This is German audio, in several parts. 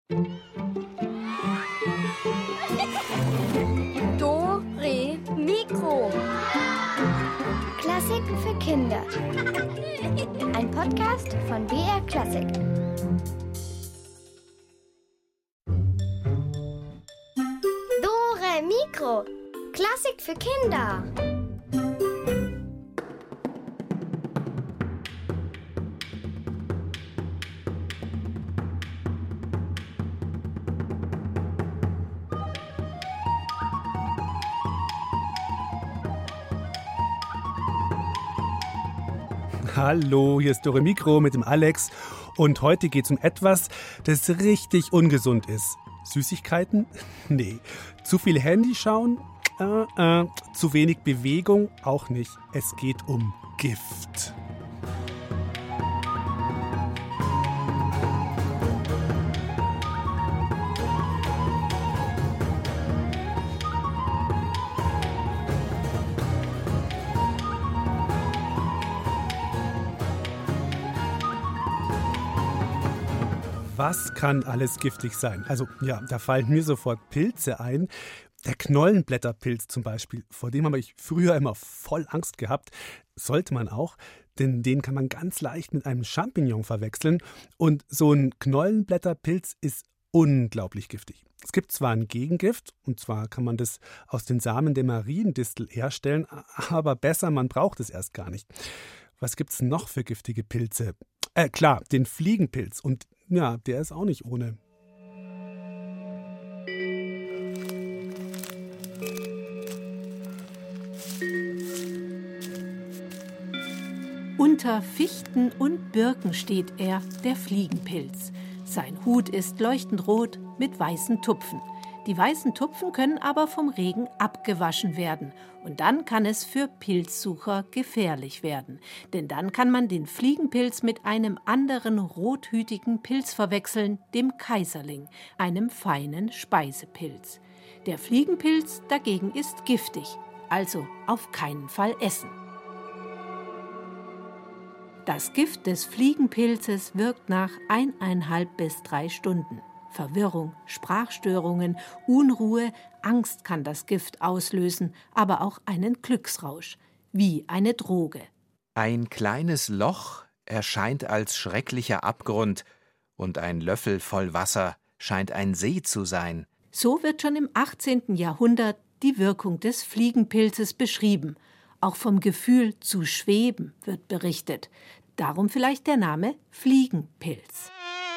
Dore Mikro. Klassiken für Kinder. Ein Podcast von BR Klassik. Dore Mikro. Klassik für Kinder. Hallo, hier ist Dore Mikro mit dem Alex und heute geht es um etwas, das richtig ungesund ist. Süßigkeiten? Nee. Zu viel Handy schauen? Zu wenig Bewegung? Auch nicht. Es geht um Gift. Was kann alles giftig sein? Also ja, da fallen mir sofort Pilze ein. Der Knollenblätterpilz zum Beispiel, vor dem habe ich früher immer voll Angst gehabt. Sollte man auch, denn den kann man ganz leicht mit einem Champignon verwechseln. Und so ein Knollenblätterpilz ist unglaublich giftig. Es gibt zwar ein Gegengift, und zwar kann man das aus den Samen der Mariendistel herstellen, aber besser, man braucht es erst gar nicht. Was gibt es noch für giftige Pilze? Klar, den Fliegenpilz. Und ja, der ist auch nicht ohne. Unter Fichten und Birken steht er, der Fliegenpilz. Sein Hut ist leuchtend rot mit weißen Tupfen. Die weißen Tupfen können aber vom Regen abgewaschen werden. Und dann kann es für Pilzsucher gefährlich werden. Denn dann kann man den Fliegenpilz mit einem anderen rothütigen Pilz verwechseln, dem Kaiserling, einem feinen Speisepilz. Der Fliegenpilz dagegen ist giftig, also auf keinen Fall essen. Das Gift des Fliegenpilzes wirkt nach 1,5 bis 3 Stunden. Verwirrung, Sprachstörungen, Unruhe, Angst kann das Gift auslösen, aber auch einen Glücksrausch, wie eine Droge. Ein kleines Loch erscheint als schrecklicher Abgrund, und ein Löffel voll Wasser scheint ein See zu sein. So wird schon im 18. Jahrhundert die Wirkung des Fliegenpilzes beschrieben. Auch vom Gefühl zu schweben wird berichtet. Darum vielleicht der Name Fliegenpilz.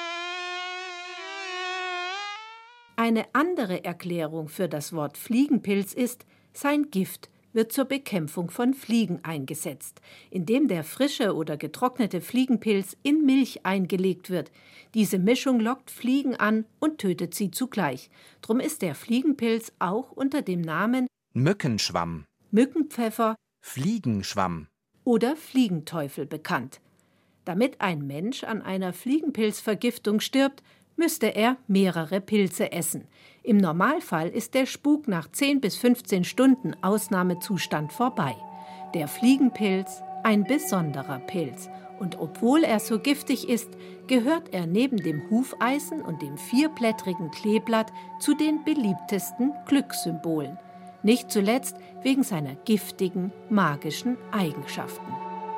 Eine andere Erklärung für das Wort Fliegenpilz ist, sein Gift wird zur Bekämpfung von Fliegen eingesetzt, indem der frische oder getrocknete Fliegenpilz in Milch eingelegt wird. Diese Mischung lockt Fliegen an und tötet sie zugleich. Drum ist der Fliegenpilz auch unter dem Namen Mückenschwamm, Mückenpfeffer, Fliegenschwamm oder Fliegenteufel bekannt. Damit ein Mensch an einer Fliegenpilzvergiftung stirbt, müsste er mehrere Pilze essen. Im Normalfall ist der Spuk nach 10 bis 15 Stunden Ausnahmezustand vorbei. Der Fliegenpilz, ein besonderer Pilz. Und obwohl er so giftig ist, gehört er neben dem Hufeisen und dem 4-blättrigen Kleeblatt zu den beliebtesten Glückssymbolen. Nicht zuletzt wegen seiner giftigen, magischen Eigenschaften.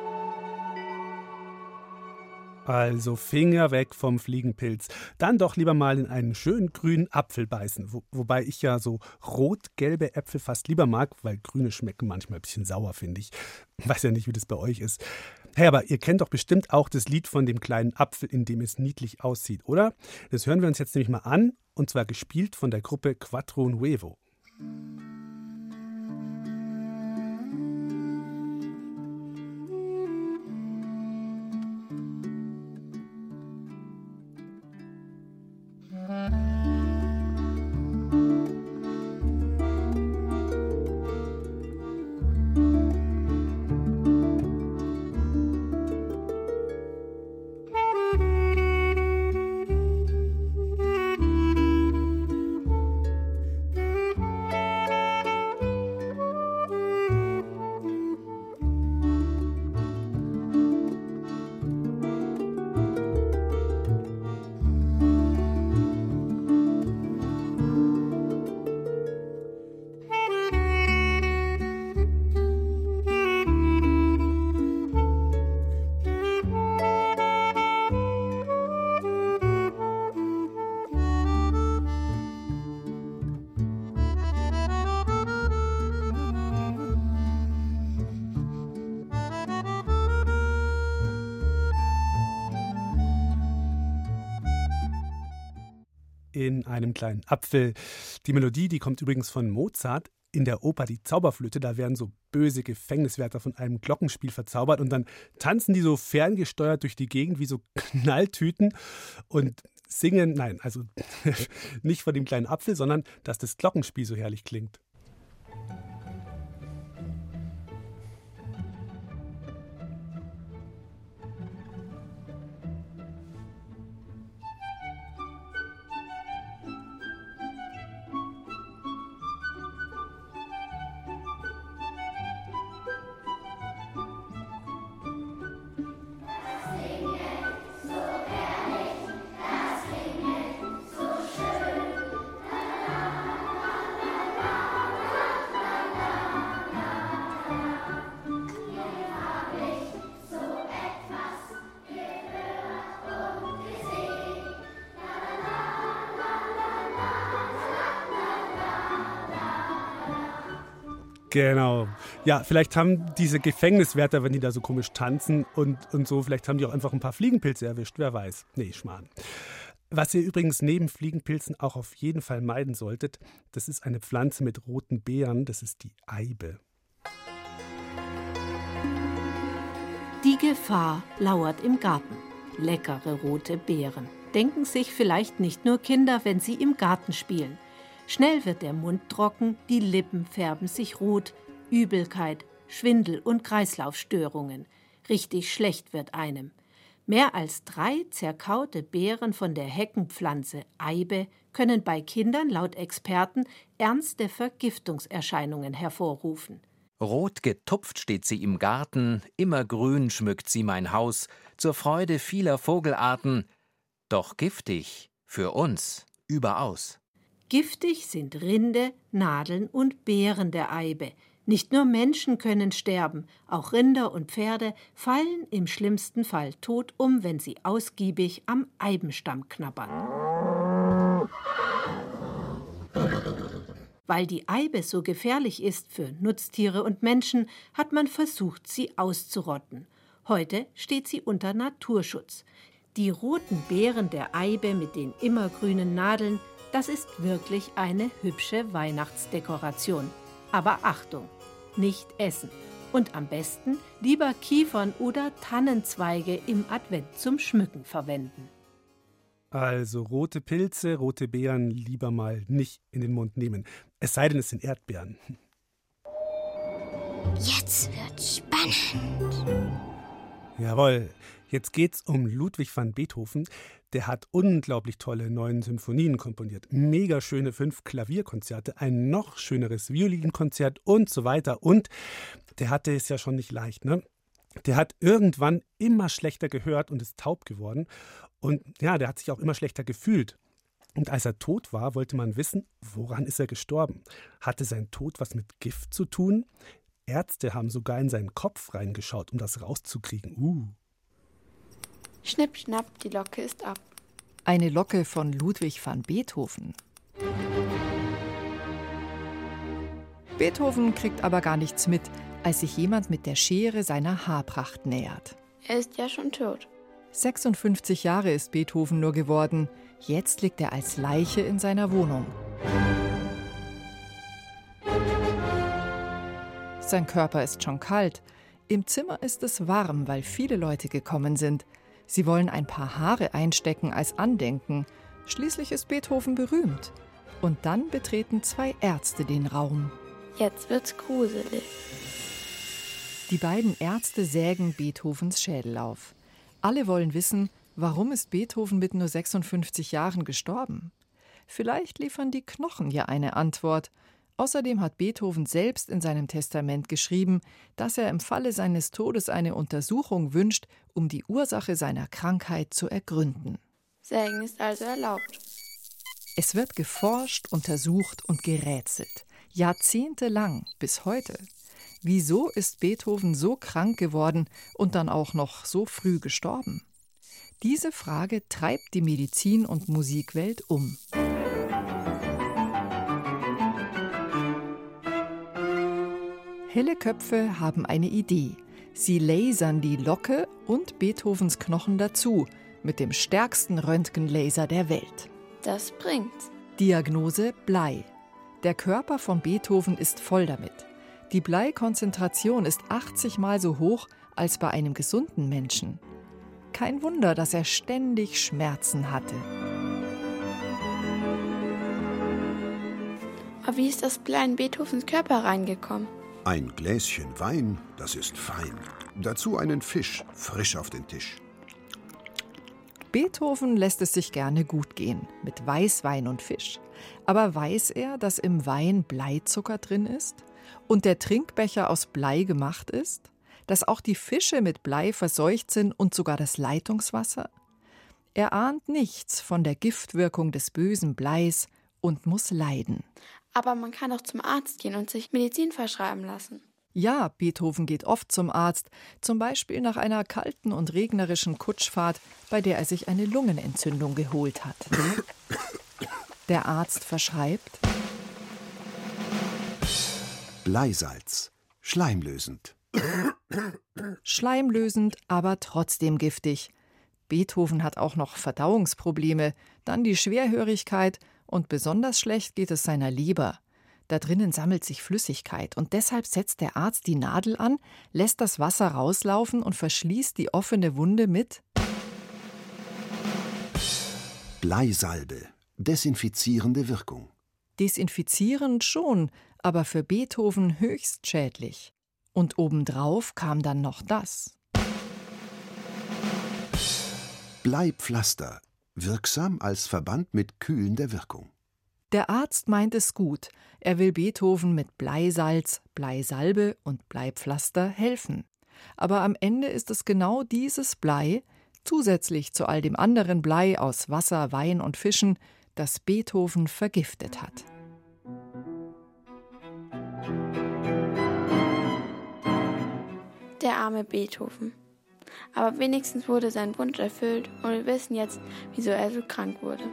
Also Finger weg vom Fliegenpilz. Dann doch lieber mal in einen schönen grünen Apfel beißen. Wobei ich ja so rot-gelbe Äpfel fast lieber mag, weil grüne schmecken manchmal ein bisschen sauer, finde ich. Weiß ja nicht, wie das bei euch ist. Hey, aber ihr kennt doch bestimmt auch das Lied von dem kleinen Apfel, in dem es niedlich aussieht, oder? Das hören wir uns jetzt nämlich mal an, und zwar gespielt von der Gruppe Quattro Nuevo. in einem kleinen Apfel. Die Melodie, die kommt übrigens von Mozart. In der Oper Die Zauberflöte, da werden so böse Gefängniswärter von einem Glockenspiel verzaubert und dann tanzen die so ferngesteuert durch die Gegend wie so Knalltüten und singen, nein, also nicht von dem kleinen Apfel, sondern dass das Glockenspiel so herrlich klingt. Genau. Ja, vielleicht haben diese Gefängniswärter, wenn die da so komisch tanzen und so, vielleicht haben die auch einfach ein paar Fliegenpilze erwischt, wer weiß. Nee, Schmarrn. Was ihr übrigens neben Fliegenpilzen auch auf jeden Fall meiden solltet, das ist eine Pflanze mit roten Beeren, das ist die Eibe. Die Gefahr lauert im Garten. Leckere rote Beeren. Denken sich vielleicht nicht nur Kinder, wenn sie im Garten spielen. Schnell wird der Mund trocken, die Lippen färben sich rot, Übelkeit, Schwindel und Kreislaufstörungen. Richtig schlecht wird einem. Mehr als 3 zerkaute Beeren von der Heckenpflanze Eibe können bei Kindern laut Experten ernste Vergiftungserscheinungen hervorrufen. Rot getupft steht sie im Garten, immer grün schmückt sie mein Haus, zur Freude vieler Vogelarten, doch giftig für uns überaus. Giftig sind Rinde, Nadeln und Beeren der Eibe. Nicht nur Menschen können sterben, auch Rinder und Pferde fallen im schlimmsten Fall tot um, wenn sie ausgiebig am Eibenstamm knabbern. Weil die Eibe so gefährlich ist für Nutztiere und Menschen, hat man versucht, sie auszurotten. Heute steht sie unter Naturschutz. Die roten Beeren der Eibe mit den immergrünen Nadeln, das ist wirklich eine hübsche Weihnachtsdekoration. Aber Achtung, nicht essen. Und am besten lieber Kiefern- oder Tannenzweige im Advent zum Schmücken verwenden. Also rote Pilze, rote Beeren lieber mal nicht in den Mund nehmen. Es sei denn, es sind Erdbeeren. Jetzt wird's spannend. Jawohl, jetzt geht's um Ludwig van Beethoven. Der hat unglaublich tolle 9 Symphonien komponiert. Mega schöne 5 Klavierkonzerte, ein noch schöneres Violinkonzert und so weiter. Und der hatte es ja schon nicht leicht, ne? Der hat irgendwann immer schlechter gehört und ist taub geworden. Und ja, der hat sich auch immer schlechter gefühlt. Und als er tot war, wollte man wissen, woran ist er gestorben? Hatte sein Tod was mit Gift zu tun? Ärzte haben sogar in seinen Kopf reingeschaut, um das rauszukriegen. Schnipp, schnapp, die Locke ist ab. Eine Locke von Ludwig van Beethoven. Beethoven kriegt aber gar nichts mit, als sich jemand mit der Schere seiner Haarpracht nähert. Er ist ja schon tot. 56 Jahre ist Beethoven nur geworden. Jetzt liegt er als Leiche in seiner Wohnung. Sein Körper ist schon kalt. Im Zimmer ist es warm, weil viele Leute gekommen sind. Sie wollen ein paar Haare einstecken als Andenken. Schließlich ist Beethoven berühmt. Und dann betreten 2 Ärzte den Raum. Jetzt wird's gruselig. Die beiden Ärzte sägen Beethovens Schädel auf. Alle wollen wissen, warum ist Beethoven mit nur 56 Jahren gestorben? Vielleicht liefern die Knochen ja eine Antwort. Außerdem hat Beethoven selbst in seinem Testament geschrieben, dass er im Falle seines Todes eine Untersuchung wünscht, um die Ursache seiner Krankheit zu ergründen. Sägen ist also erlaubt. Es wird geforscht, untersucht und gerätselt. Jahrzehntelang, bis heute. Wieso ist Beethoven so krank geworden und dann auch noch so früh gestorben? Diese Frage treibt die Medizin- und Musikwelt um. Helle Köpfe haben eine Idee. Sie lasern die Locke und Beethovens Knochen dazu, mit dem stärksten Röntgenlaser der Welt. Das bringt's. Diagnose Blei. Der Körper von Beethoven ist voll damit. Die Bleikonzentration ist 80 Mal so hoch als bei einem gesunden Menschen. Kein Wunder, dass er ständig Schmerzen hatte. Aber wie ist das Blei in Beethovens Körper reingekommen? Ein Gläschen Wein, das ist fein. Dazu einen Fisch, frisch auf den Tisch. Beethoven lässt es sich gerne gut gehen, mit Weißwein und Fisch. Aber weiß er, dass im Wein Bleizucker drin ist? Und der Trinkbecher aus Blei gemacht ist? Dass auch die Fische mit Blei verseucht sind und sogar das Leitungswasser? Er ahnt nichts von der Giftwirkung des bösen Bleis und muss leiden. Aber man kann auch zum Arzt gehen und sich Medizin verschreiben lassen. Ja, Beethoven geht oft zum Arzt, zum Beispiel nach einer kalten und regnerischen Kutschfahrt, bei der er sich eine Lungenentzündung geholt hat. Der Arzt verschreibt Bleisalz, schleimlösend. Schleimlösend, aber trotzdem giftig. Beethoven hat auch noch Verdauungsprobleme, dann die Schwerhörigkeit und besonders schlecht geht es seiner Leber. Da drinnen sammelt sich Flüssigkeit und deshalb setzt der Arzt die Nadel an, lässt das Wasser rauslaufen und verschließt die offene Wunde mit Bleisalbe, desinfizierende Wirkung. Desinfizierend schon, aber für Beethoven höchst schädlich. Und obendrauf kam dann noch das. Bleipflaster, wirksam als Verband mit kühlender Wirkung. Der Arzt meint es gut. Er will Beethoven mit Bleisalz, Bleisalbe und Bleipflaster helfen. Aber am Ende ist es genau dieses Blei, zusätzlich zu all dem anderen Blei aus Wasser, Wein und Fischen, das Beethoven vergiftet hat. Der arme Beethoven. Aber wenigstens wurde sein Wunsch erfüllt und wir wissen jetzt, wieso er so krank wurde.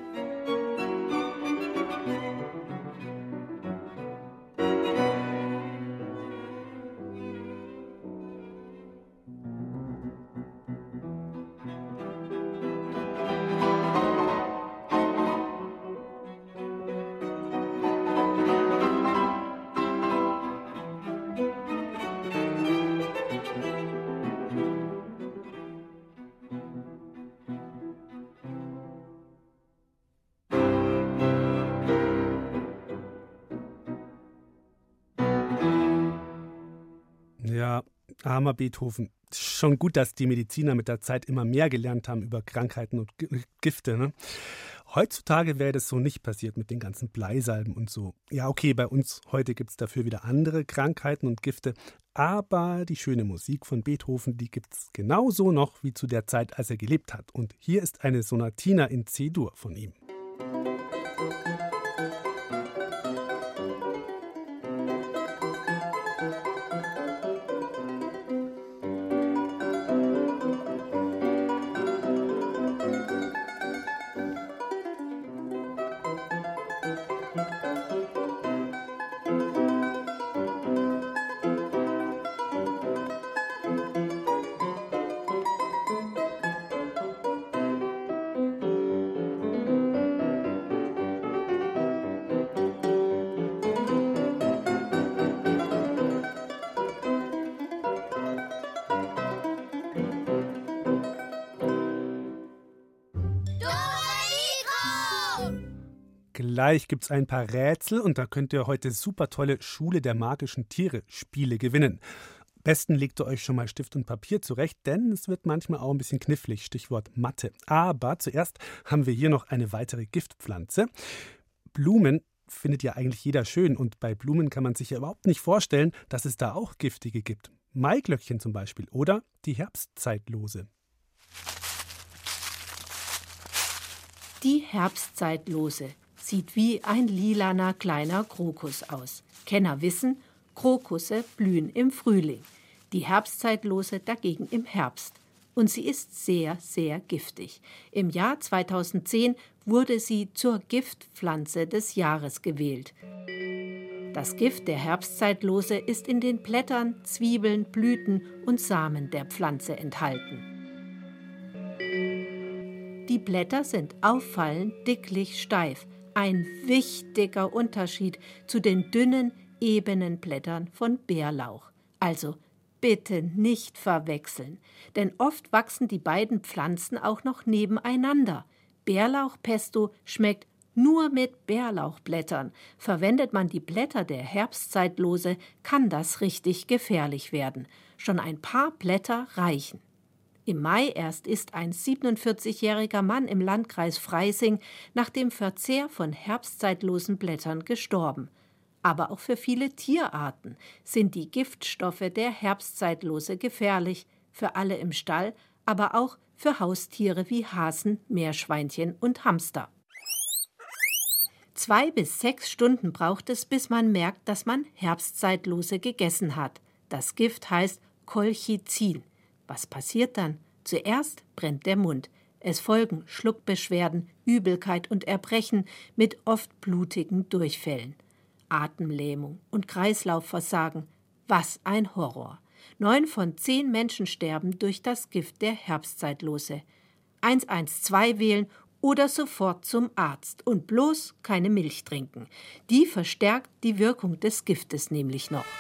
Ja, armer Beethoven. Schon gut, dass die Mediziner mit der Zeit immer mehr gelernt haben über Krankheiten und Gifte, ne? Heutzutage wäre das so nicht passiert mit den ganzen Bleisalben und so. Ja, okay, bei uns heute gibt es dafür wieder andere Krankheiten und Gifte. Aber die schöne Musik von Beethoven, die gibt es genauso noch wie zu der Zeit, als er gelebt hat. Und hier ist eine Sonatina in C-Dur von ihm. Gleich gibt es ein paar Rätsel und da könnt ihr heute super tolle Schule der magischen Tiere Spiele gewinnen. Besten legt ihr euch schon mal Stift und Papier zurecht, denn es wird manchmal auch ein bisschen knifflig, Stichwort Mathe. Aber zuerst haben wir hier noch eine weitere Giftpflanze. Blumen findet ja eigentlich jeder schön und bei Blumen kann man sich ja überhaupt nicht vorstellen, dass es da auch giftige gibt. Maiglöckchen zum Beispiel oder die Herbstzeitlose. Die Herbstzeitlose sieht wie ein lilaner kleiner Krokus aus. Kenner wissen, Krokusse blühen im Frühling, die Herbstzeitlose dagegen im Herbst. Und sie ist sehr, sehr giftig. Im Jahr 2010 wurde sie zur Giftpflanze des Jahres gewählt. Das Gift der Herbstzeitlose ist in den Blättern, Zwiebeln, Blüten und Samen der Pflanze enthalten. Die Die Blätter sind auffallend dicklich steif. Ein wichtiger Unterschied zu den dünnen, ebenen Blättern von Bärlauch. Also bitte nicht verwechseln, denn oft wachsen die beiden Pflanzen auch noch nebeneinander. Bärlauchpesto schmeckt nur mit Bärlauchblättern. Verwendet man die Blätter der Herbstzeitlose, kann das richtig gefährlich werden. Schon ein paar Blätter reichen. Im Mai erst ist ein 47-jähriger Mann im Landkreis Freising nach dem Verzehr von herbstzeitlosen Blättern gestorben. Aber auch für viele Tierarten sind die Giftstoffe der Herbstzeitlose gefährlich, für alle im Stall, aber auch für Haustiere wie Hasen, Meerschweinchen und Hamster. 2 bis 6 Stunden braucht es, bis man merkt, dass man Herbstzeitlose gegessen hat. Das Gift heißt Colchicin. Was passiert dann? Zuerst brennt der Mund. Es folgen Schluckbeschwerden, Übelkeit und Erbrechen mit oft blutigen Durchfällen. Atemlähmung und Kreislaufversagen. Was ein Horror. 9 von 10 Menschen sterben durch das Gift der Herbstzeitlose. 112 wählen oder sofort zum Arzt und bloß keine Milch trinken. Die verstärkt die Wirkung des Giftes nämlich noch.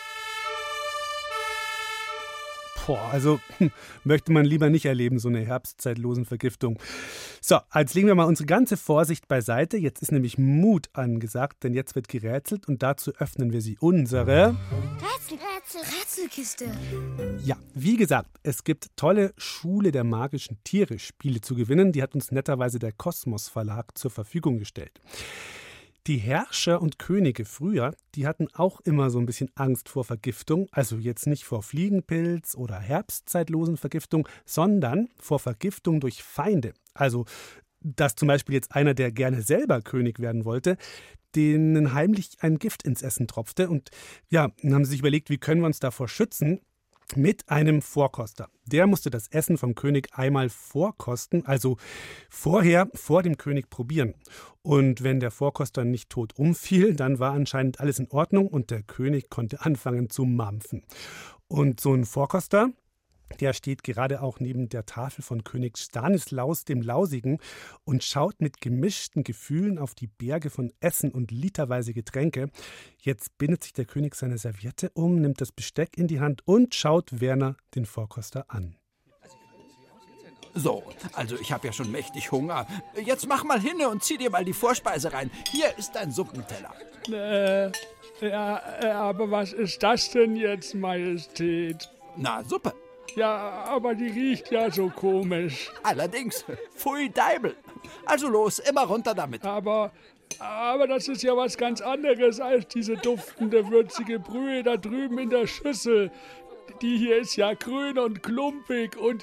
Also möchte man lieber nicht erleben, so eine Herbstzeitlosenvergiftung. So, jetzt legen wir mal unsere ganze Vorsicht beiseite. Jetzt ist nämlich Mut angesagt, denn jetzt wird gerätselt und dazu öffnen wir sie unsere Rätselkiste. Ja, wie gesagt, es gibt tolle Schule der magischen Tiere Spiele zu gewinnen. Die hat uns netterweise der Kosmos Verlag zur Verfügung gestellt. Die Herrscher und Könige früher, die hatten auch immer so ein bisschen Angst vor Vergiftung, also jetzt nicht vor Fliegenpilz oder Herbstzeitlosenvergiftung, sondern vor Vergiftung durch Feinde. Also, dass zum Beispiel jetzt einer, der gerne selber König werden wollte, denen heimlich ein Gift ins Essen tropfte. Und ja, dann haben sie sich überlegt, wie können wir uns davor schützen? Mit einem Vorkoster. Der musste das Essen vom König einmal vorkosten, also vor dem König probieren. Und wenn der Vorkoster nicht tot umfiel, dann war anscheinend alles in Ordnung und der König konnte anfangen zu mampfen. Und so ein Vorkoster, der steht gerade auch neben der Tafel von König Stanislaus dem Lausigen und schaut mit gemischten Gefühlen auf die Berge von Essen und literweise Getränke. Jetzt bindet sich der König seine Serviette um, nimmt das Besteck in die Hand und schaut Werner den Vorkoster an. So, also ich habe ja schon mächtig Hunger. Jetzt mach mal hin und zieh dir mal die Vorspeise rein. Hier ist dein Suppenteller. Aber was ist das denn jetzt, Majestät? Na, Suppe. Ja, aber die riecht ja so komisch. Allerdings, pfui Deibel. Also los, immer runter damit. Aber das ist ja was ganz anderes als diese duftende, würzige Brühe da drüben in der Schüssel. Die hier ist ja grün und klumpig und...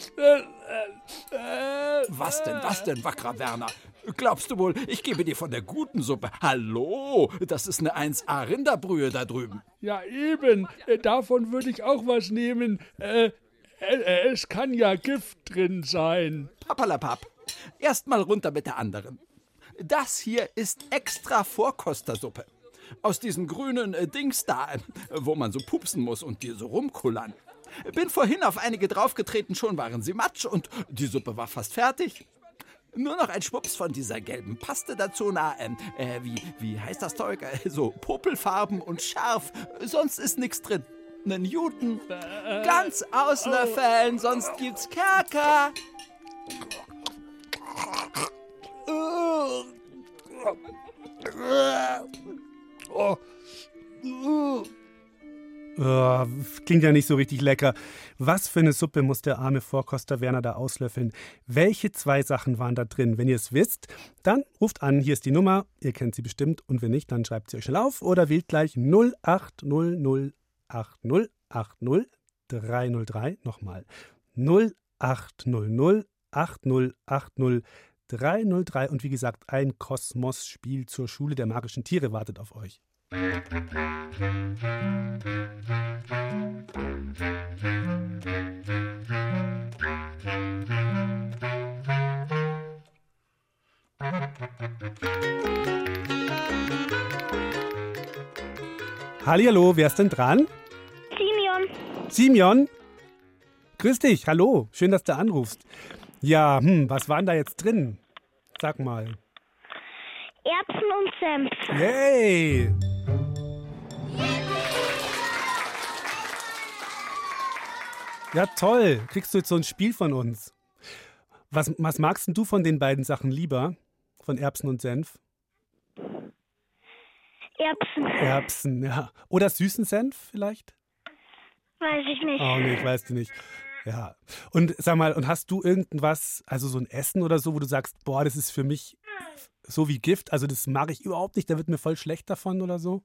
Was denn, wackerer Werner? Glaubst du wohl, ich gebe dir von der guten Suppe? Hallo, das ist eine 1A Rinderbrühe da drüben. Ja eben, davon würde ich auch was nehmen. Es kann ja Gift drin sein. Papperlapapp, erst mal runter mit der anderen. Das hier ist extra Vorkostersuppe. Aus diesen grünen Dings da, wo man so pupsen muss und die so rumkullern. Bin vorhin auf einige draufgetreten, schon waren sie matsch und die Suppe war fast fertig. Nur noch ein Schwupps von dieser gelben Paste dazu, wie heißt das Zeug? So popelfarben und scharf, sonst ist nichts drin. Nen Juten, ganz auslöffeln, sonst gibt's Kerker. Klingt ja nicht so richtig lecker. Was für eine Suppe muss der arme Vorkoster Werner da auslöffeln? Welche 2 Sachen waren da drin? Wenn ihr es wisst, dann ruft an. Hier ist die Nummer. Ihr kennt sie bestimmt. Und wenn nicht, dann schreibt sie euch schnell auf oder wählt gleich 0800 80 303. Nochmal 0800 80 303. Und wie gesagt, ein Kosmos-Spiel zur Schule der magischen Tiere wartet auf euch. Hallihallo, wer ist denn dran? Simeon. Simeon? Grüß dich, hallo, schön, dass du anrufst. Ja, was war denn da jetzt drin? Sag mal. Erbsen und Senf. Yay! Ja, toll. Kriegst du jetzt so ein Spiel von uns. Was magst denn du von den beiden Sachen lieber? Von Erbsen und Senf? Erbsen. Erbsen, ja. Oder süßen Senf vielleicht? Weiß ich nicht. Oh nee, ich weiß du nicht. Ja. Und sag mal, und hast du irgendwas, also so ein Essen oder so, wo du sagst, boah, das ist für mich so wie Gift, also das mag ich überhaupt nicht, da wird mir voll schlecht davon oder so?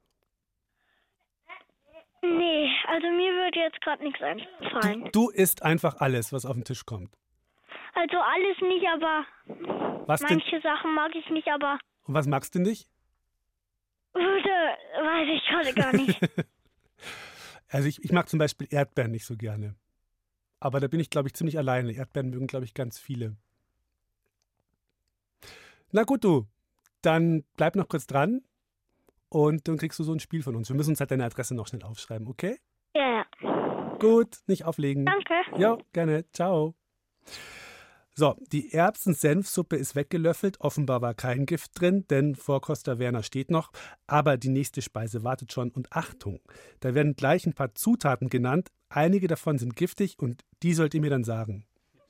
Nee, also mir würde jetzt gerade nichts einfallen. Du isst einfach alles, was auf den Tisch kommt. Also alles nicht, aber Was denn? manche Sachen mag ich nicht, aber Und was magst du nicht? weiß ich gerade gar nicht. Also ich mag zum Beispiel Erdbeeren nicht so gerne. Aber da bin ich, glaube ich, ziemlich alleine. Erdbeeren mögen, glaube ich, ganz viele. Na gut, du. Dann bleib noch kurz dran und dann kriegst du so ein Spiel von uns. Wir müssen uns halt deine Adresse noch schnell aufschreiben, okay? Ja. Gut, nicht auflegen. Danke. Ja, gerne. Ciao. So, die Erbsen-Senfsuppe ist weggelöffelt. Offenbar war kein Gift drin, denn Vorkoster Werner steht noch. Aber die nächste Speise wartet schon. Und Achtung, da werden gleich ein paar Zutaten genannt. Einige davon sind giftig und die sollt ihr mir dann sagen.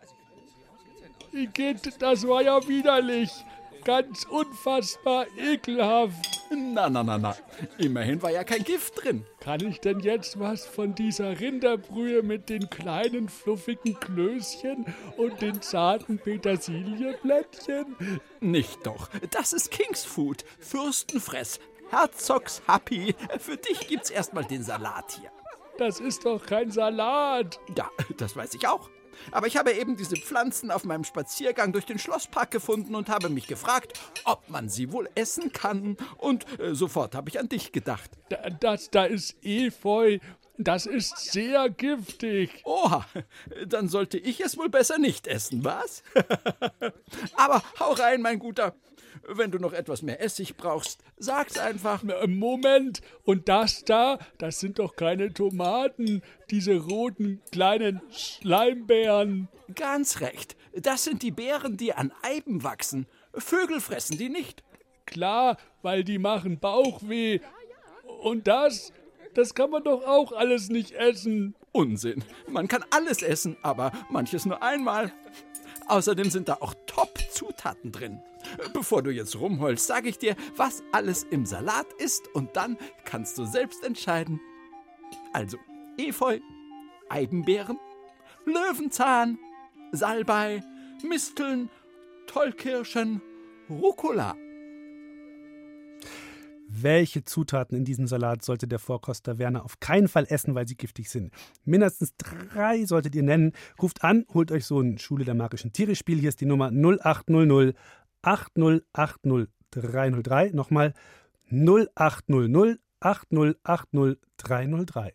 Igitt, das war ja widerlich. Ganz unfassbar ekelhaft. Na. Immerhin war ja kein Gift drin. Kann ich denn jetzt was von dieser Rinderbrühe mit den kleinen fluffigen Klößchen und den zarten Petersilienblättchen? Nicht doch. Das ist Kingsfood. Fürstenfress. Herzogs Happy. Für dich gibt's erstmal den Salat hier. Das ist doch kein Salat. Ja, das weiß ich auch. Aber ich habe eben diese Pflanzen auf meinem Spaziergang durch den Schlosspark gefunden und habe mich gefragt, ob man sie wohl essen kann. Und sofort habe ich an dich gedacht. Da ist Efeu. Das ist sehr giftig. Oha, dann sollte ich es wohl besser nicht essen, was? Aber hau rein, mein Guter. Wenn du noch etwas mehr Essig brauchst, sag's einfach. Moment, und das da, das sind doch keine Tomaten, diese roten kleinen Schleimbeeren. Ganz recht, das sind die Beeren, die an Eiben wachsen. Vögel fressen die nicht. Klar, weil die machen Bauchweh. Und das kann man doch auch alles nicht essen. Unsinn, man kann alles essen, aber manches nur einmal. Außerdem sind da auch Top-Zutaten drin. Bevor du jetzt rumheulst, sage ich dir, was alles im Salat ist und dann kannst du selbst entscheiden. Also Efeu, Eibenbeeren, Löwenzahn, Salbei, Misteln, Tollkirschen, Rucola. Welche Zutaten in diesem Salat sollte der Vorkoster Werner auf keinen Fall essen, weil sie giftig sind? Mindestens 3 solltet ihr nennen. Ruft an, holt euch so ein Schule der magischen Tiere-Spiel. Hier ist die Nummer 0800 8080 303. Nochmal 0800 8080 303.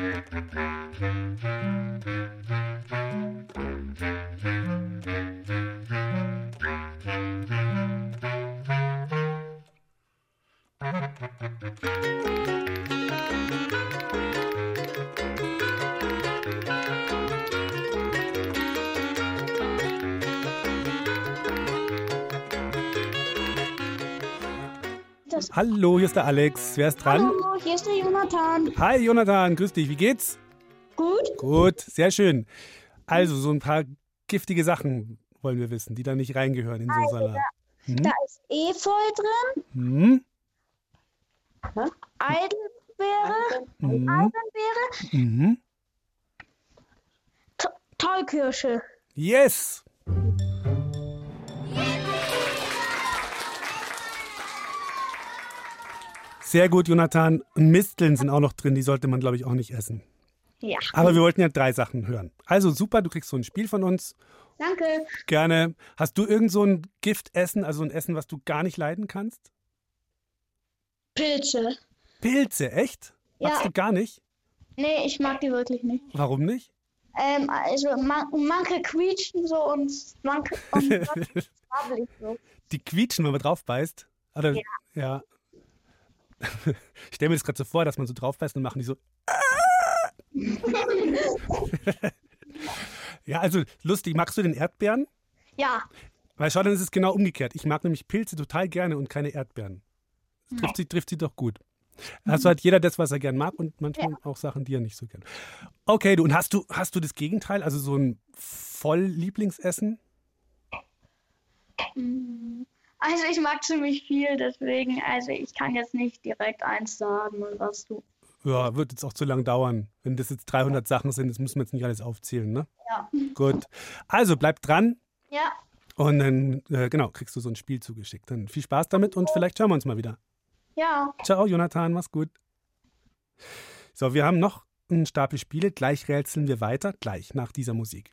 Hallo, hier ist der Alex. Wer ist dran? Hallo, hier ist der Jonathan. Hi Jonathan, grüß dich. Wie geht's? Gut? Gut, sehr schön. Also so ein paar giftige Sachen wollen wir wissen, die da nicht reingehören in so einen Salat. Da ist Efeu drin, Mhm. Eidelbeere, Mhm. Eibenbeere, Mhm. Tollkirsche. Yes! Sehr gut, Jonathan. Misteln sind auch noch drin, die sollte man, glaube ich, auch nicht essen. Ja. Aber wir wollten ja 3 Sachen hören. Also super, du kriegst so ein Spiel von uns. Danke. Gerne. Hast du irgend so ein Giftessen, also ein Essen, was du gar nicht leiden kannst? Pilze. Pilze, echt? Ja. Magst du gar nicht? Nee, ich mag die wirklich nicht. Warum nicht? Also manche quietschen so und manche wabbelig so. Die quietschen, wenn man drauf beißt? Oder, ja. Ich stelle mir das gerade so vor, dass man so drauf beißt und machen die so. Ja, also lustig. Magst du den Erdbeeren? Ja. Weil schau, dann ist es genau umgekehrt. Ich mag nämlich Pilze total gerne und keine Erdbeeren. Das trifft sie doch gut. Also hat jeder das, was er gern mag und manchmal auch Sachen, die er nicht so gern. Okay, und hast du das Gegenteil, also so ein Voll-Lieblingsessen? Also ich mag ziemlich viel, deswegen, also ich kann jetzt nicht direkt eins sagen, was du. Ja, wird jetzt auch zu lang dauern. Wenn das jetzt 300 Sachen sind, das müssen wir jetzt nicht alles aufzählen, ne? Ja. Gut. Also bleib dran. Ja. Und dann, genau, kriegst du so ein Spiel zugeschickt. Dann viel Spaß damit und vielleicht hören wir uns mal wieder. Ja. Ciao, Jonathan, mach's gut. So, wir haben noch einen Stapel Spiele. Gleich rätseln wir weiter, gleich nach dieser Musik.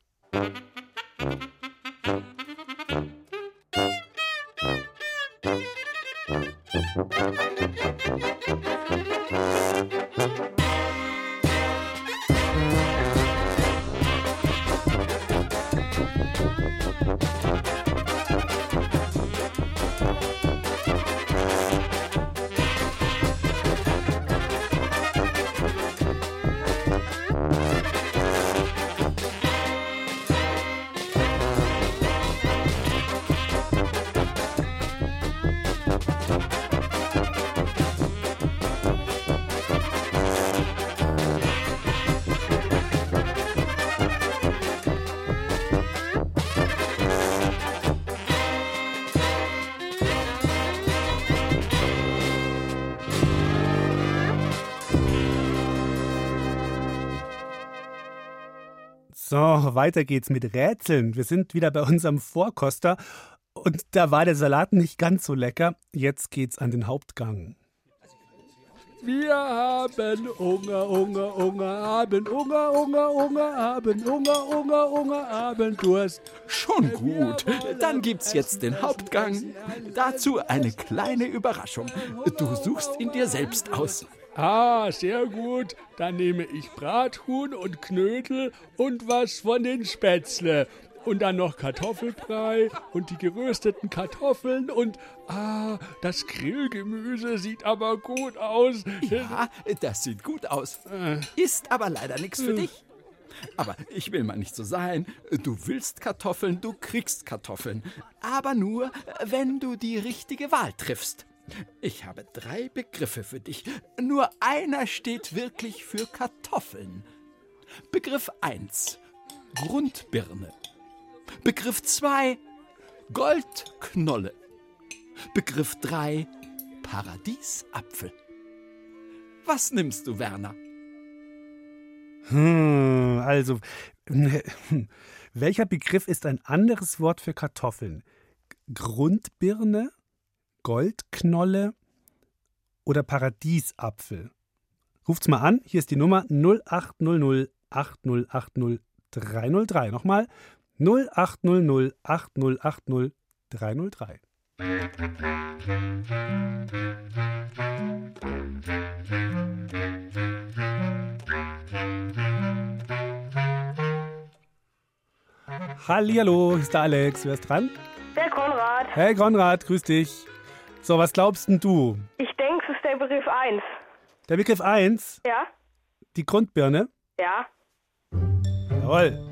So, weiter geht's mit Rätseln. Wir sind wieder bei unserem Vorkoster und da war der Salat nicht ganz so lecker. Jetzt geht's an den Hauptgang. Wir haben Hunger, Hunger, Hunger, haben Hunger, Hunger, Hunger, haben Hunger, Hunger, Hunger, haben Durst. Schon gut. Dann gibt's jetzt den Hauptgang. Dazu eine kleine Überraschung. Du suchst ihn dir selbst aus. Ah, sehr gut. Dann nehme ich Brathuhn und Knödel und was von den Spätzle. Und dann noch Kartoffelbrei und die gerösteten Kartoffeln und, das Grillgemüse sieht aber gut aus. Ja, das sieht gut aus. Ist aber leider nichts für dich. Aber ich will mal nicht so sein. Du willst Kartoffeln, du kriegst Kartoffeln. Aber nur, wenn du die richtige Wahl triffst. Ich habe 3 Begriffe für dich. Nur einer steht wirklich für Kartoffeln. Begriff 1, Grundbirne. Begriff 2, Goldknolle. Begriff 3, Paradiesapfel. Was nimmst du, Werner? Also, welcher Begriff ist ein anderes Wort für Kartoffeln? Grundbirne, Goldknolle oder Paradiesapfel? Ruft's mal an, hier ist die Nummer 0800 8080 303. Nochmal 0800 8080 303. Hallihallo, hier ist der Alex. Wer ist dran? Der Konrad. Hey Konrad, grüß dich. So, was glaubst denn du? Ich denke, es ist der Begriff 1. Der Begriff 1? Ja. Die Grundbirne? Ja. Jawohl.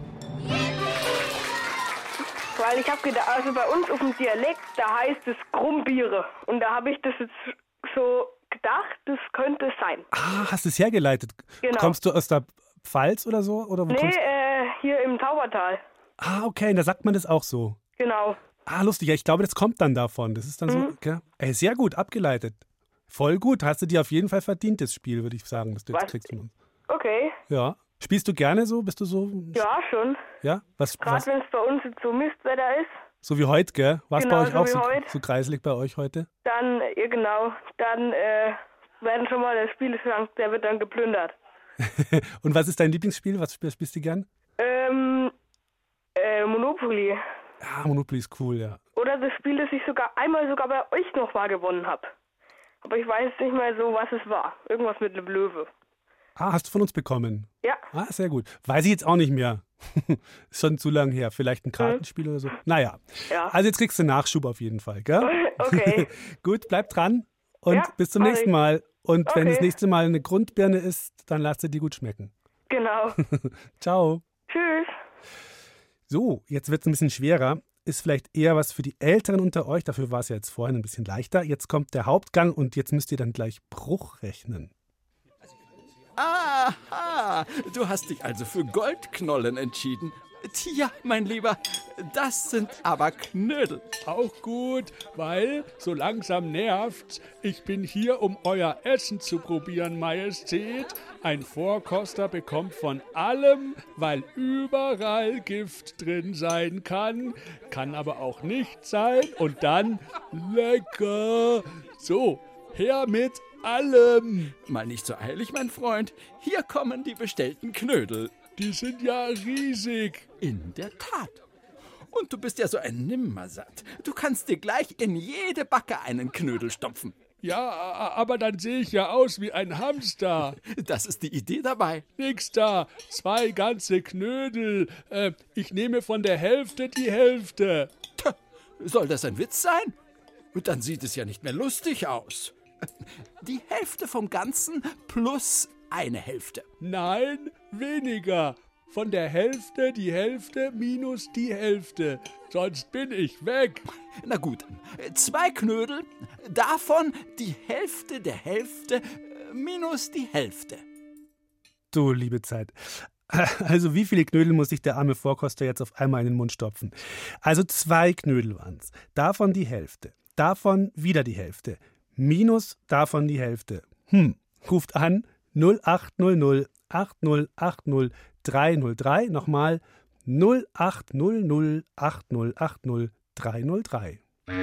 Weil ich habe gedacht, also bei uns auf dem Dialekt, da heißt es Grumbiere. Und da habe ich das jetzt so gedacht, das könnte es sein. Ah, hast du es hergeleitet? Genau. Kommst du aus der Pfalz oder so? Oder wo kommst hier im Taubertal. Ah, okay, und da sagt man das auch so. Genau. Ah, lustig. Ja, ich glaube, das kommt dann davon. Das ist dann so, okay. Ey, sehr gut, abgeleitet. Voll gut. Hast du dir auf jeden Fall verdient, das Spiel, würde ich sagen, das du jetzt kriegst von uns. Okay. Ja. Spielst du gerne so? Bist du so? Ja, schon. Ja? Gerade wenn es bei uns jetzt so Mistwetter ist. So wie heute, gell? War es Genau, bei euch so auch wie heute. so kreiselig bei euch heute? Dann, genau, dann werden schon mal der Spielschrank, der wird dann geplündert. Und was ist dein Lieblingsspiel? Was spielst du gern? Monopoly. Ja, Monopoly ist cool, ja. Oder das Spiel, das ich einmal bei euch noch mal gewonnen habe. Aber ich weiß nicht mehr so, was es war. Irgendwas mit einem Löwe. Ah, hast du von uns bekommen? Ja. Ah, sehr gut. Weiß ich jetzt auch nicht mehr. Ist schon zu lang her. Vielleicht ein Kartenspiel oder so. Naja. Ja. Also jetzt kriegst du Nachschub auf jeden Fall, gell? Okay. Gut, bleib dran und ja, bis zum nächsten Mal. Und wenn Okay. das nächste Mal eine Grundbirne ist, dann lass dir die gut schmecken. Genau. Ciao. Tschüss. So, jetzt wird es ein bisschen schwerer. Ist vielleicht eher was für die Älteren unter euch. Dafür war es ja jetzt vorhin ein bisschen leichter. Jetzt kommt der Hauptgang und jetzt müsst ihr dann gleich Bruch rechnen. Aha, du hast dich also für Goldknollen entschieden. Tja, mein Lieber, das sind aber Knödel. Auch gut, weil so langsam nervt's. Ich bin hier, um euer Essen zu probieren, Majestät. Ein Vorkoster bekommt von allem, weil überall Gift drin sein kann. Kann aber auch nicht sein. Und dann lecker. So, her mit allem. Mal nicht so eilig, mein Freund. Hier kommen die bestellten Knödel. Die sind ja riesig. In der Tat. Und du bist ja so ein Nimmersatt. Du kannst dir gleich in jede Backe einen Knödel stopfen. Ja, aber dann sehe ich ja aus wie ein Hamster. Das ist die Idee dabei. Nix da. 2 ganze Knödel. Ich nehme von der Hälfte die Hälfte. Tja, soll das ein Witz sein? Dann sieht es ja nicht mehr lustig aus. Die Hälfte vom Ganzen plus eine Hälfte. Nein, weniger. Von der Hälfte die Hälfte minus die Hälfte. Sonst bin ich weg. Na gut, 2 Knödel, davon die Hälfte der Hälfte minus die Hälfte. Du liebe Zeit. Also wie viele Knödel muss sich der arme Vorkoster jetzt auf einmal in den Mund stopfen? Also 2 Knödel waren es. Davon die Hälfte. Davon wieder die Hälfte. Minus davon die Hälfte. Ruft an 0800 8080 303. Nochmal 0800 8080 303.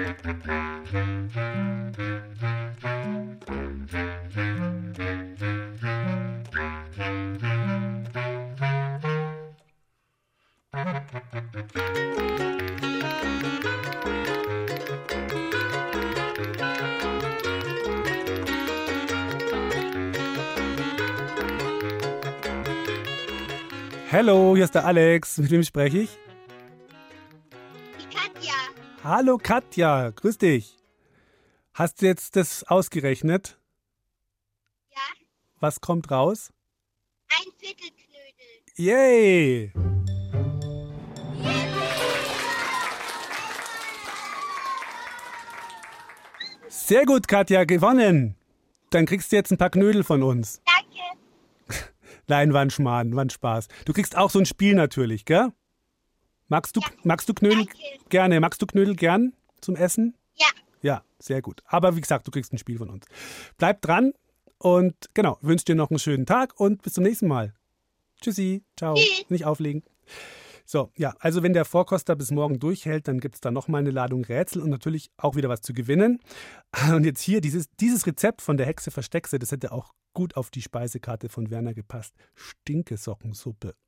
Hallo, hier ist der Alex. Mit wem spreche ich? Die Katja. Hallo Katja, grüß dich. Hast du jetzt das ausgerechnet? Ja. Was kommt raus? Ein Viertelknödel. Yay! Sehr gut, Katja, gewonnen. Dann kriegst du jetzt ein paar Knödel von uns. Danke. Nein, war ein Schmarrn, war ein Spaß. Du kriegst auch so ein Spiel natürlich, gell? Magst du Knödel gerne? Magst du Knödel gern zum Essen? Ja. Ja, sehr gut. Aber wie gesagt, du kriegst ein Spiel von uns. Bleib dran und genau, wünsche dir noch einen schönen Tag und bis zum nächsten Mal. Tschüssi, ciao. Tschüss. Nicht auflegen. So, ja, also wenn der Vorkoster bis morgen durchhält, dann gibt es da nochmal eine Ladung Rätsel und natürlich auch wieder was zu gewinnen. Und jetzt hier, dieses Rezept von der Hexe Versteckse, das hätte auch gut auf die Speisekarte von Werner gepasst. Stinkesockensuppe.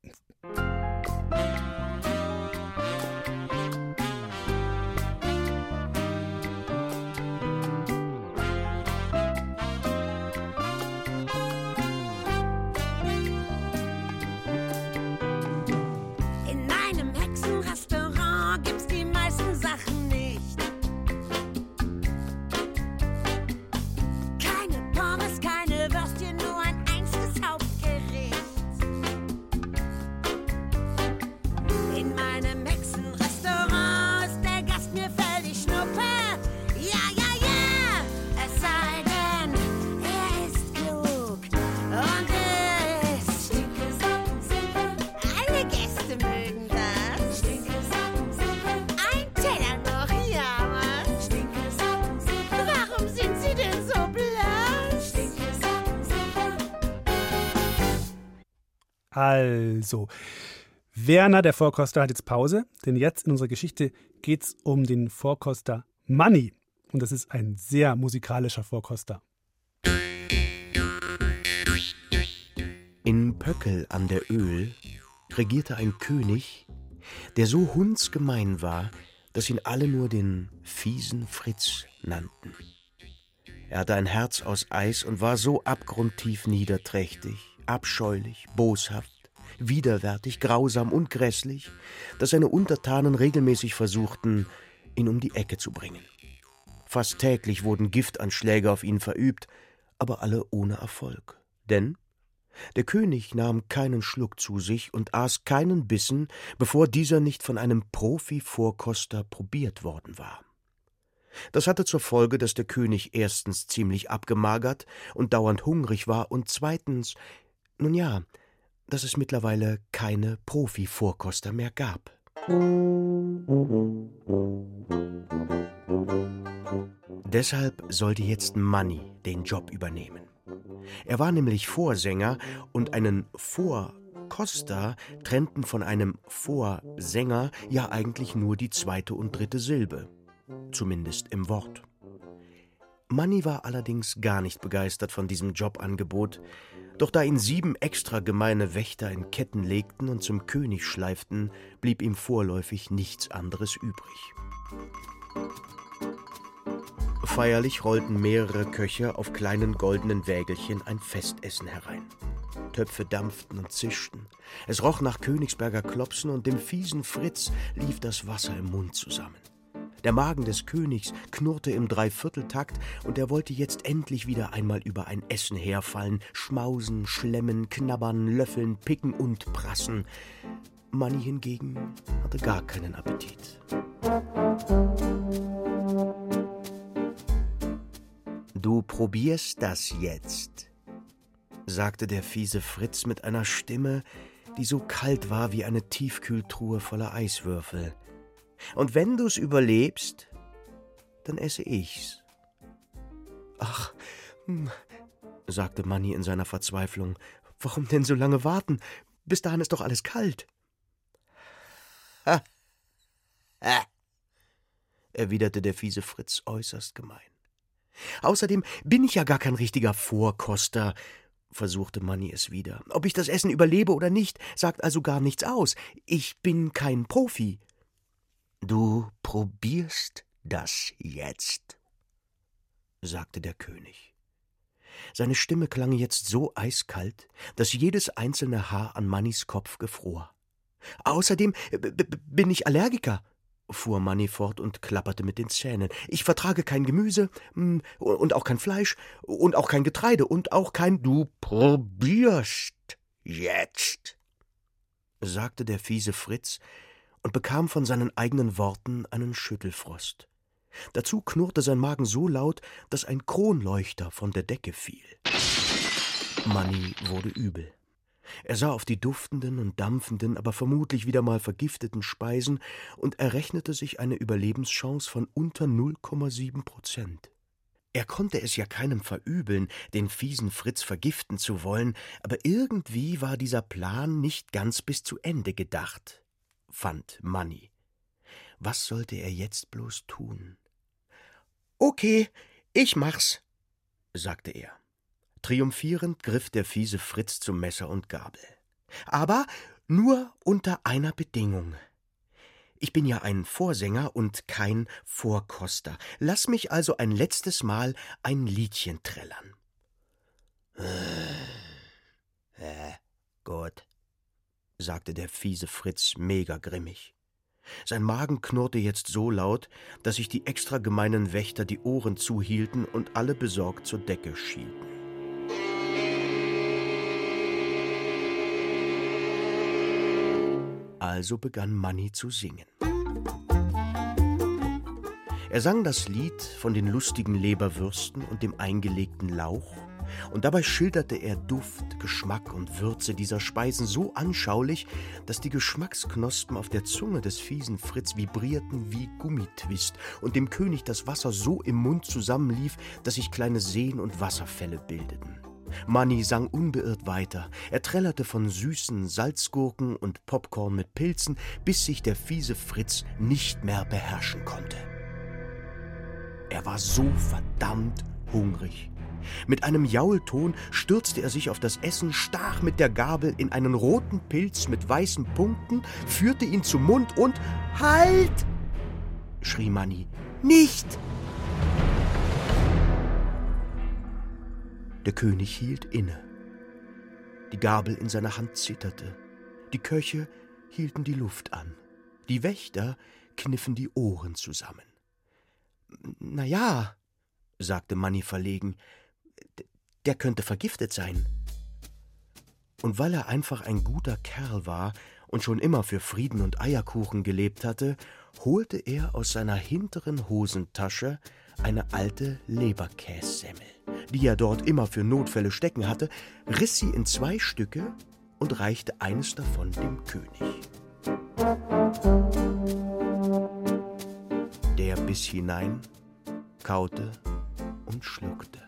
Also, Werner, der Vorkoster, hat jetzt Pause, denn jetzt in unserer Geschichte geht es um den Vorkoster Manni. Und das ist ein sehr musikalischer Vorkoster. In Pöckel an der Öhl regierte ein König, der so hundsgemein war, dass ihn alle nur den fiesen Fritz nannten. Er hatte ein Herz aus Eis und war so abgrundtief niederträchtig, abscheulich, boshaft, widerwärtig, grausam und grässlich, dass seine Untertanen regelmäßig versuchten, ihn um die Ecke zu bringen. Fast täglich wurden Giftanschläge auf ihn verübt, aber alle ohne Erfolg. Denn Der König nahm keinen Schluck zu sich und aß keinen Bissen, bevor dieser nicht von einem Profi-Vorkoster probiert worden war. Das hatte zur Folge, dass der König erstens ziemlich abgemagert und dauernd hungrig war und zweitens, nun ja, dass es mittlerweile keine Profi-Vorkoster mehr gab. Deshalb sollte jetzt Manni den Job übernehmen. Er war nämlich Vorsänger und einen Vorkoster trennten von einem Vorsänger ja eigentlich nur die zweite und dritte Silbe, zumindest im Wort. Manni war allerdings gar nicht begeistert von diesem Jobangebot, doch da ihn 7 extra gemeine Wächter in Ketten legten und zum König schleiften, blieb ihm vorläufig nichts anderes übrig. Feierlich rollten mehrere Köche auf kleinen goldenen Wägelchen ein Festessen herein. Töpfe dampften und zischten. Es roch nach Königsberger Klopsen und dem fiesen Fritz lief das Wasser im Mund zusammen. Der Magen des Königs knurrte im Dreivierteltakt und er wollte jetzt endlich wieder einmal über ein Essen herfallen, schmausen, schlemmen, knabbern, löffeln, picken und prassen. Manni hingegen hatte gar keinen Appetit. »Du probierst das jetzt«, sagte der fiese Fritz mit einer Stimme, die so kalt war wie eine Tiefkühltruhe voller Eiswürfel. »Und wenn du's überlebst, dann esse ich's.« »Ach«, sagte Manni in seiner Verzweiflung, »warum denn so lange warten? Bis dahin ist doch alles kalt.« »Ha, ha«, erwiderte der fiese Fritz äußerst gemein. »Außerdem bin ich ja gar kein richtiger Vorkoster«, versuchte Manni es wieder. »Ob ich das Essen überlebe oder nicht, sagt also gar nichts aus. Ich bin kein Profi.« »Du probierst das jetzt«, sagte der König. Seine Stimme klang jetzt so eiskalt, dass jedes einzelne Haar an Mannis Kopf gefror. »Außerdem bin ich Allergiker«, fuhr Manni fort und klapperte mit den Zähnen. »Ich vertrage kein Gemüse und auch kein Fleisch und auch kein Getreide und auch kein...« »Du probierst jetzt«, sagte der fiese Fritz und bekam von seinen eigenen Worten einen Schüttelfrost. Dazu knurrte sein Magen so laut, dass ein Kronleuchter von der Decke fiel. Manni wurde übel. Er sah auf die duftenden und dampfenden, aber vermutlich wieder mal vergifteten Speisen und errechnete sich eine Überlebenschance von unter 0,7%. Er konnte es ja keinem verübeln, den fiesen Fritz vergiften zu wollen, aber irgendwie war dieser Plan nicht ganz bis zu Ende gedacht, fand Manni. Was sollte er jetzt bloß tun? »Okay, ich mach's«, sagte er. Triumphierend griff der fiese Fritz zum Messer und Gabel. »Aber nur unter einer Bedingung. Ich bin ja ein Vorsänger und kein Vorkoster. Lass mich also ein letztes Mal ein Liedchen trällern.« »Gut«, sagte der fiese Fritz mega grimmig. Sein Magen knurrte jetzt so laut, dass sich die extra gemeinen Wächter die Ohren zuhielten und alle besorgt zur Decke schielten. Also begann Manni zu singen. Er sang das Lied von den lustigen Leberwürsten und dem eingelegten Lauch, und dabei schilderte er Duft, Geschmack und Würze dieser Speisen so anschaulich, dass die Geschmacksknospen auf der Zunge des fiesen Fritz vibrierten wie Gummitwist und dem König das Wasser so im Mund zusammenlief, dass sich kleine Seen und Wasserfälle bildeten. Manni sang unbeirrt weiter. Er trällerte von süßen Salzgurken und Popcorn mit Pilzen, bis sich der fiese Fritz nicht mehr beherrschen konnte. Er war so verdammt hungrig. Mit einem Jaulton stürzte er sich auf das Essen, stach mit der Gabel in einen roten Pilz mit weißen Punkten, führte ihn zum Mund und »Halt!« schrie Manni. »Nicht!« Der König hielt inne. Die Gabel in seiner Hand zitterte. Die Köche hielten die Luft an. Die Wächter kniffen die Ohren zusammen. »Na ja«, sagte Manni verlegen, »der könnte vergiftet sein.« Und weil er einfach ein guter Kerl war und schon immer für Frieden und Eierkuchen gelebt hatte, holte er aus seiner hinteren Hosentasche eine alte Leberkässemmel, die er dort immer für Notfälle stecken hatte, riss sie in 2 Stücke und reichte eines davon dem König. Der biss hinein, kaute und schluckte.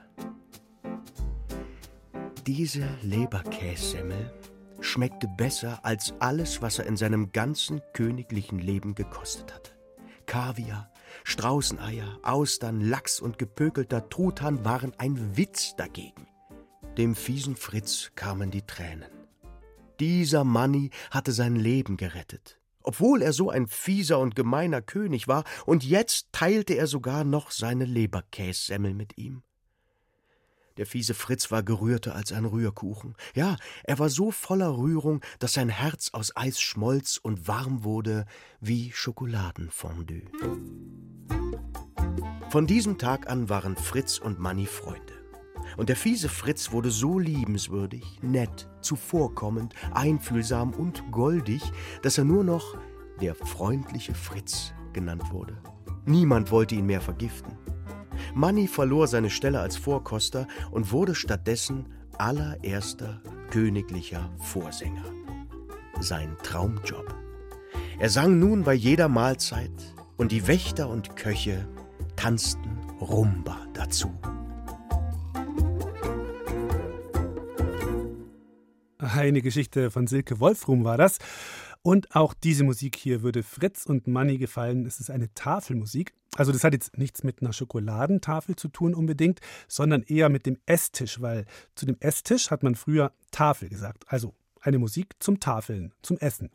Diese Leberkässemmel schmeckte besser als alles, was er in seinem ganzen königlichen Leben gekostet hatte. Kaviar, Straußeneier, Austern, Lachs und gepökelter Truthahn waren ein Witz dagegen. Dem fiesen Fritz kamen die Tränen. Dieser Manni hatte sein Leben gerettet, obwohl er so ein fieser und gemeiner König war, und jetzt teilte er sogar noch seine Leberkässemmel mit ihm. Der fiese Fritz war gerührter als ein Rührkuchen. Ja, er war so voller Rührung, dass sein Herz aus Eis schmolz und warm wurde wie Schokoladenfondue. Von diesem Tag an waren Fritz und Manni Freunde. Und der fiese Fritz wurde so liebenswürdig, nett, zuvorkommend, einfühlsam und goldig, dass er nur noch der freundliche Fritz genannt wurde. Niemand wollte ihn mehr vergiften. Manni verlor seine Stelle als Vorkoster und wurde stattdessen allererster königlicher Vorsänger. Sein Traumjob. Er sang nun bei jeder Mahlzeit und die Wächter und Köche tanzten Rumba dazu. Eine Geschichte von Silke Wolfrum war das. Und auch diese Musik hier würde Fritz und Manni gefallen. Es ist eine Tafelmusik. Also das hat jetzt nichts mit einer Schokoladentafel zu tun unbedingt, sondern eher mit dem Esstisch, weil zu dem Esstisch hat man früher Tafel gesagt. Also eine Musik zum Tafeln, zum Essen.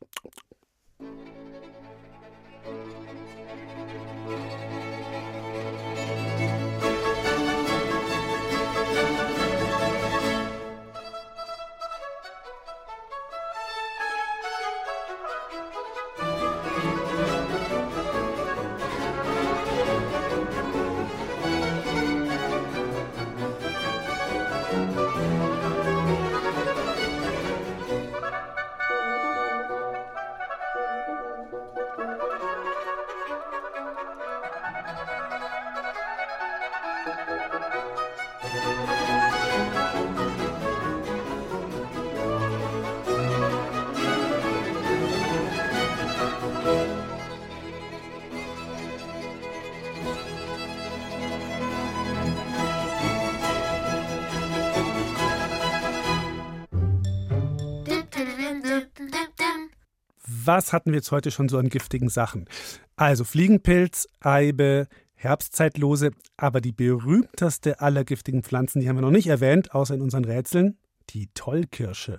Was hatten wir jetzt heute schon so an giftigen Sachen? Also Fliegenpilz, Eibe, Herbstzeitlose, aber die berühmteste aller giftigen Pflanzen, die haben wir noch nicht erwähnt, außer in unseren Rätseln, die Tollkirsche.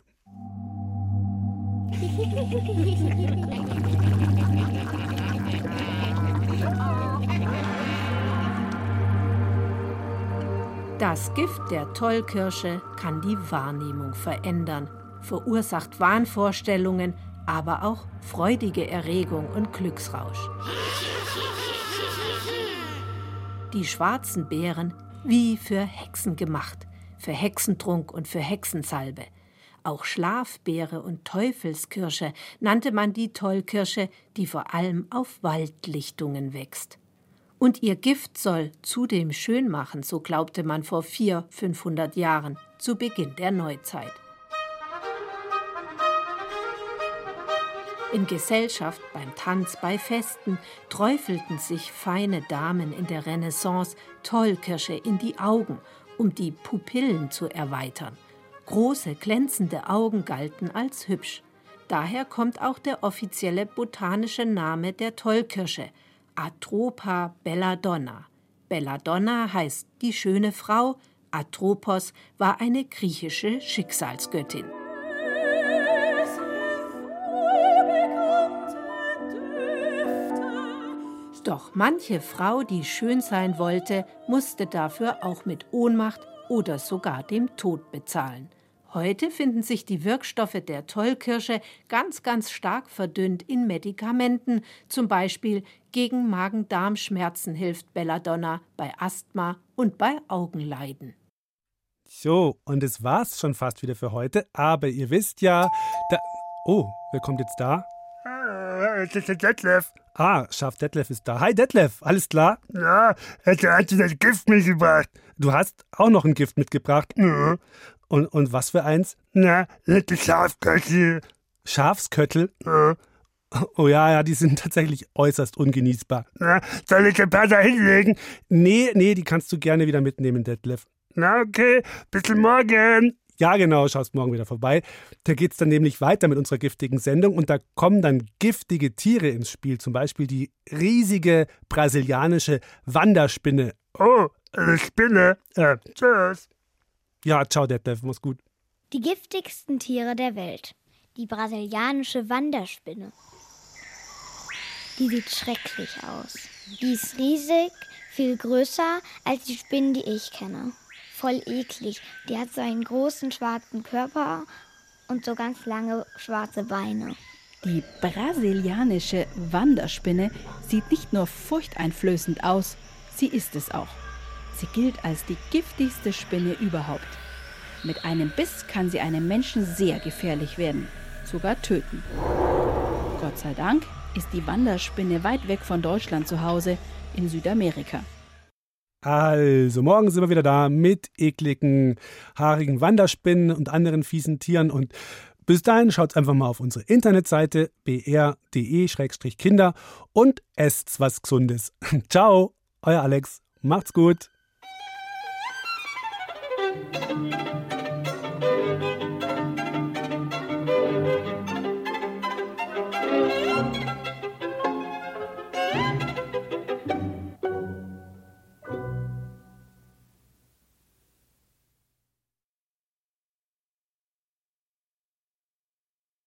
Das Gift der Tollkirsche kann die Wahrnehmung verändern, verursacht Wahnvorstellungen, aber auch freudige Erregung und Glücksrausch. Die schwarzen Beeren wie für Hexen gemacht, für Hexentrunk und für Hexensalbe. Auch Schlafbeere und Teufelskirsche nannte man die Tollkirsche, die vor allem auf Waldlichtungen wächst. Und ihr Gift soll zudem schön machen, so glaubte man vor 400-500 Jahren, zu Beginn der Neuzeit. In Gesellschaft, beim Tanz, bei Festen träufelten sich feine Damen in der Renaissance Tollkirsche in die Augen, um die Pupillen zu erweitern. Große, glänzende Augen galten als hübsch. Daher kommt auch der offizielle botanische Name der Tollkirsche, Atropa belladonna. Belladonna heißt die schöne Frau, Atropos war eine griechische Schicksalsgöttin. Doch manche Frau, die schön sein wollte, musste dafür auch mit Ohnmacht oder sogar dem Tod bezahlen. Heute finden sich die Wirkstoffe der Tollkirsche ganz, ganz stark verdünnt in Medikamenten. Zum Beispiel gegen Magen-Darm-Schmerzen hilft Belladonna bei Asthma und bei Augenleiden. So, und es war's schon fast wieder für heute. Aber ihr wisst ja, Oh, wer kommt jetzt da? Das ist der Detlef. Schaf Detlef ist da. Hi Detlef, alles klar? Ja, er hat das Gift mitgebracht. Du hast auch noch ein Gift mitgebracht? Ja. Und was für eins? Na, das ist Schafsköttel. Schafsköttel? Ja. Oh ja, die sind tatsächlich äußerst ungenießbar. Na, soll ich ein paar da hinlegen? Nee, die kannst du gerne wieder mitnehmen, Detlef. Na okay, bis morgen. Ja, genau, schaust morgen wieder vorbei. Da geht's dann nämlich weiter mit unserer giftigen Sendung und da kommen dann giftige Tiere ins Spiel, zum Beispiel die riesige brasilianische Wanderspinne. Oh, eine Spinne. Tschüss. Ja, ciao Detlef, mach's gut. Die giftigsten Tiere der Welt. Die brasilianische Wanderspinne. Die sieht schrecklich aus. Die ist riesig, viel größer als die Spinnen, die ich kenne. Voll eklig. Die hat so einen großen schwarzen Körper und so ganz lange schwarze Beine. Die brasilianische Wanderspinne sieht nicht nur furchteinflößend aus, sie ist es auch. Sie gilt als die giftigste Spinne überhaupt. Mit einem Biss kann sie einem Menschen sehr gefährlich werden, sogar töten. Gott sei Dank ist die Wanderspinne weit weg von Deutschland zu Hause, in Südamerika. Also, morgen sind wir wieder da mit ekligen, haarigen Wanderspinnen und anderen fiesen Tieren. Und bis dahin schaut einfach mal auf unsere Internetseite br.de/kinder und esst was Gesundes. Ciao, euer Alex. Macht's gut.